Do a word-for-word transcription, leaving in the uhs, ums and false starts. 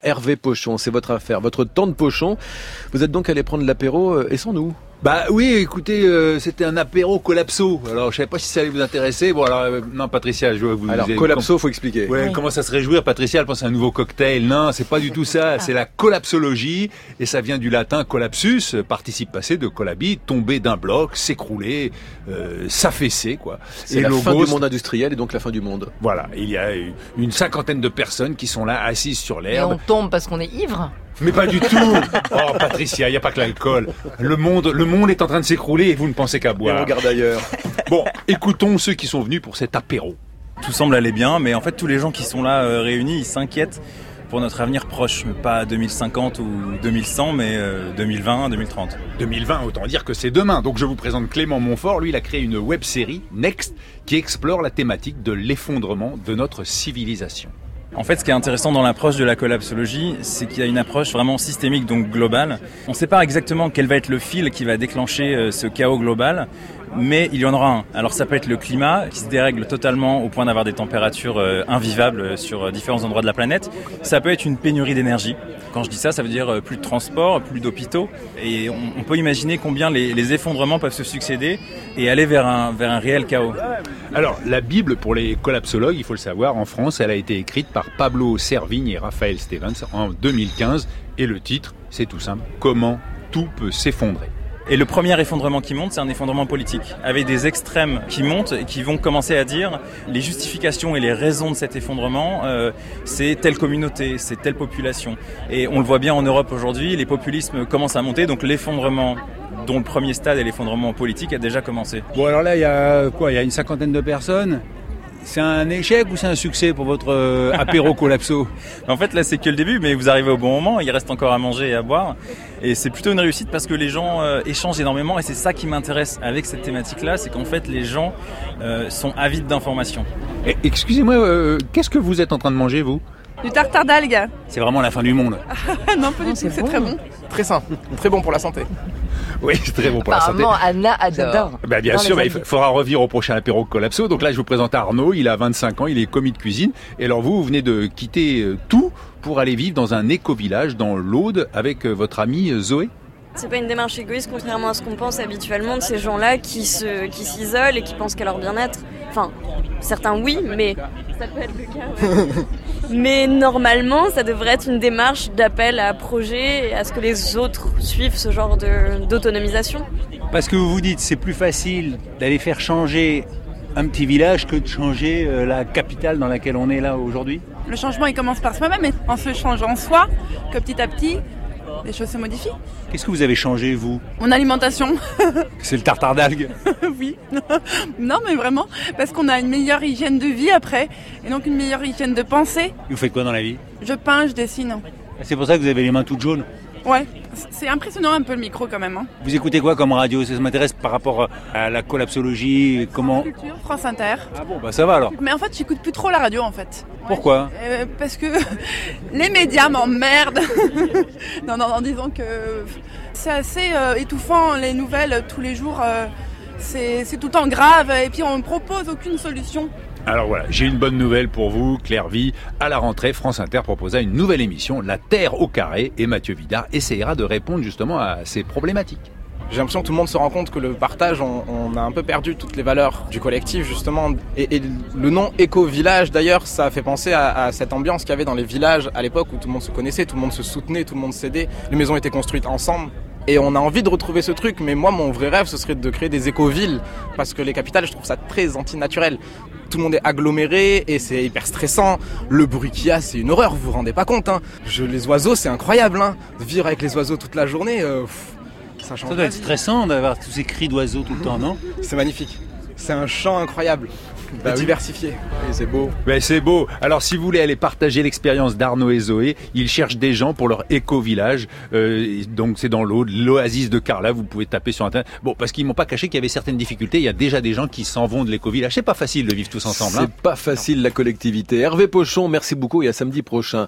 Hervé Pochon, c'est votre affaire, votre temps de pochon. Vous êtes donc allé prendre l'apéro euh, et sans nous. Bah oui, écoutez, euh, c'était un apéro collapso. Alors je savais pas si ça allait vous intéresser. Bon alors euh, non, Patricia, je vois que vous. Alors vous avez... collapso, faut expliquer. Ouais, oui. Comment ça se réjouir, Patricia, elle pense à un nouveau cocktail. Non, c'est pas du tout ça. Ah. C'est la collapsologie et ça vient du latin collapsus, participe passé de collabi, tomber d'un bloc, s'écrouler, euh, s'affaisser quoi. C'est et la logos, fin du monde industriel et donc la fin du monde. Voilà, il y a une cinquantaine de personnes qui sont là assises sur l'herbe. Et on tombe parce qu'on est ivre. Mais pas du tout. Oh Patricia, il y a pas que l'alcool. Le monde, le monde est en train de s'écrouler et vous ne pensez qu'à boire. Et on regarde ailleurs. Bon, écoutons ceux qui sont venus pour cet apéro. Tout semble aller bien, mais en fait tous les gens qui sont là euh, réunis, ils s'inquiètent pour notre avenir proche, pas deux mille cinquante ou deux mille cent, mais euh, deux mille vingt, deux mille trente. deux mille vingt, autant dire que c'est demain. Donc je vous présente Clément Montfort. Lui, il a créé une web-série, Next, qui explore la thématique de l'effondrement de notre civilisation. En fait, ce qui est intéressant dans l'approche de la collapsologie, c'est qu'il y a une approche vraiment systémique, donc globale. On ne sait pas exactement quel va être le fil qui va déclencher ce chaos global, mais il y en aura un. Alors ça peut être le climat qui se dérègle totalement au point d'avoir des températures invivables sur différents endroits de la planète. Ça peut être une pénurie d'énergie. Quand je dis ça, ça veut dire plus de transport, plus d'hôpitaux. Et on, on peut imaginer combien les, les effondrements peuvent se succéder et aller vers un, vers un réel chaos. Alors, la Bible pour les collapsologues, il faut le savoir, en France, elle a été écrite par Pablo Servigne et Raphaël Stevens en deux mille quinze. Et le titre, c'est tout simple, Comment tout peut s'effondrer. Et le premier effondrement qui monte, c'est un effondrement politique, avec des extrêmes qui montent et qui vont commencer à dire les justifications et les raisons de cet effondrement, euh, c'est telle communauté, c'est telle population. Et on le voit bien en Europe aujourd'hui, les populismes commencent à monter, donc l'effondrement dont le premier stade est l'effondrement politique a déjà commencé. Bon alors là, il y a quoi ? Il y a une cinquantaine de personnes. C'est un échec ou c'est un succès pour votre euh, apéro collapso ? En fait, là, c'est que le début, mais vous arrivez au bon moment. Il reste encore à manger et à boire. Et c'est plutôt une réussite parce que les gens euh, échangent énormément. Et c'est ça qui m'intéresse avec cette thématique-là, c'est qu'en fait, les gens euh, sont avides d'informations. Et, excusez-moi, euh, qu'est-ce que vous êtes en train de manger, vous ? Du tartare d'algues. C'est vraiment la fin du monde. Non, pas du tout, c'est, c'est bon. très bon. Très sain, très bon pour la santé. Oui, c'est très bon pour Apparemment, la santé. Anna adore. Bah, bien sûr, bah, il faudra revenir au prochain apéro collapso. Donc là, je vous présente Arnaud, il a vingt-cinq ans, il est commis de cuisine. Et alors vous, vous venez de quitter tout pour aller vivre dans un éco-village dans l'Aude avec votre amie Zoé. C'est pas une démarche égoïste, contrairement à ce qu'on pense habituellement de ces gens-là qui, se, qui s'isolent et qui pensent qu'à leur bien-être. Enfin, certains oui, mais ça peut être le cas. Mais normalement, ça devrait être une démarche d'appel à projet et à ce que les autres suivent ce genre de, d'autonomisation. Parce que vous vous dites, c'est plus facile d'aller faire changer un petit village que de changer euh, la capitale dans laquelle on est là aujourd'hui. Le changement, il commence par soi-même, et en se changeant soi, que petit à petit, les choses se modifient. Qu'est-ce que vous avez changé, vous ? Mon alimentation. C'est le tartare d'algues. Oui. Non, mais vraiment, parce qu'on a une meilleure hygiène de vie après, et donc une meilleure hygiène de pensée. Vous faites quoi dans la vie ? Je peins, je dessine. C'est pour ça que vous avez les mains toutes jaunes ? Ouais, c'est impressionnant un peu le micro quand même. Hein. Vous écoutez quoi comme radio ? Ça m'intéresse par rapport à la collapsologie, comment... Culture, France Inter. Ah bon, bah ça va alors. Mais en fait, j'écoute plus trop la radio en fait. Pourquoi ? Ouais, euh, Parce que les médias m'emmerdent. non, non, non, disons que c'est assez euh, étouffant les nouvelles tous les jours. Euh, c'est, c'est tout le temps grave et puis on ne propose aucune solution. Alors voilà, j'ai une bonne nouvelle pour vous, Claire Vie. À la rentrée, France Inter proposa une nouvelle émission, La Terre au carré, et Mathieu Vidard essaiera de répondre justement à ces problématiques. J'ai l'impression que tout le monde se rend compte que le partage, on, on a un peu perdu toutes les valeurs du collectif justement. Et, et le nom éco-village d'ailleurs, ça fait penser à, à cette ambiance qu'il y avait dans les villages à l'époque où tout le monde se connaissait, tout le monde se soutenait, tout le monde s'aidait, les maisons étaient construites ensemble. Et on a envie de retrouver ce truc, mais moi mon vrai rêve ce serait de créer des éco-villes, parce que les capitales je trouve ça très antinaturel. Tout le monde est aggloméré et c'est hyper stressant. Le bruit qu'il y a, c'est une horreur, vous vous rendez pas compte. Hein. Je, les oiseaux, c'est incroyable. Hein. Vivre avec les oiseaux toute la journée, euh, pff, ça change. Ça doit être stressant d'avoir tous ces cris d'oiseaux tout le temps, non ? C'est magnifique. C'est un chant incroyable. Bah, diversifié. Et c'est beau. Ben, c'est beau. Alors si vous voulez aller partager l'expérience d'Arnaud et Zoé, ils cherchent des gens pour leur éco-village. Euh, donc c'est dans l'Aude, l'oasis de Carla. Vous pouvez taper sur internet. Bon, parce qu'ils m'ont pas caché qu'il y avait certaines difficultés. Il y a déjà des gens qui s'en vont de l'éco-village. C'est pas facile de vivre tous ensemble. C'est hein. pas facile la collectivité. Hervé Pochon, merci beaucoup et à samedi prochain.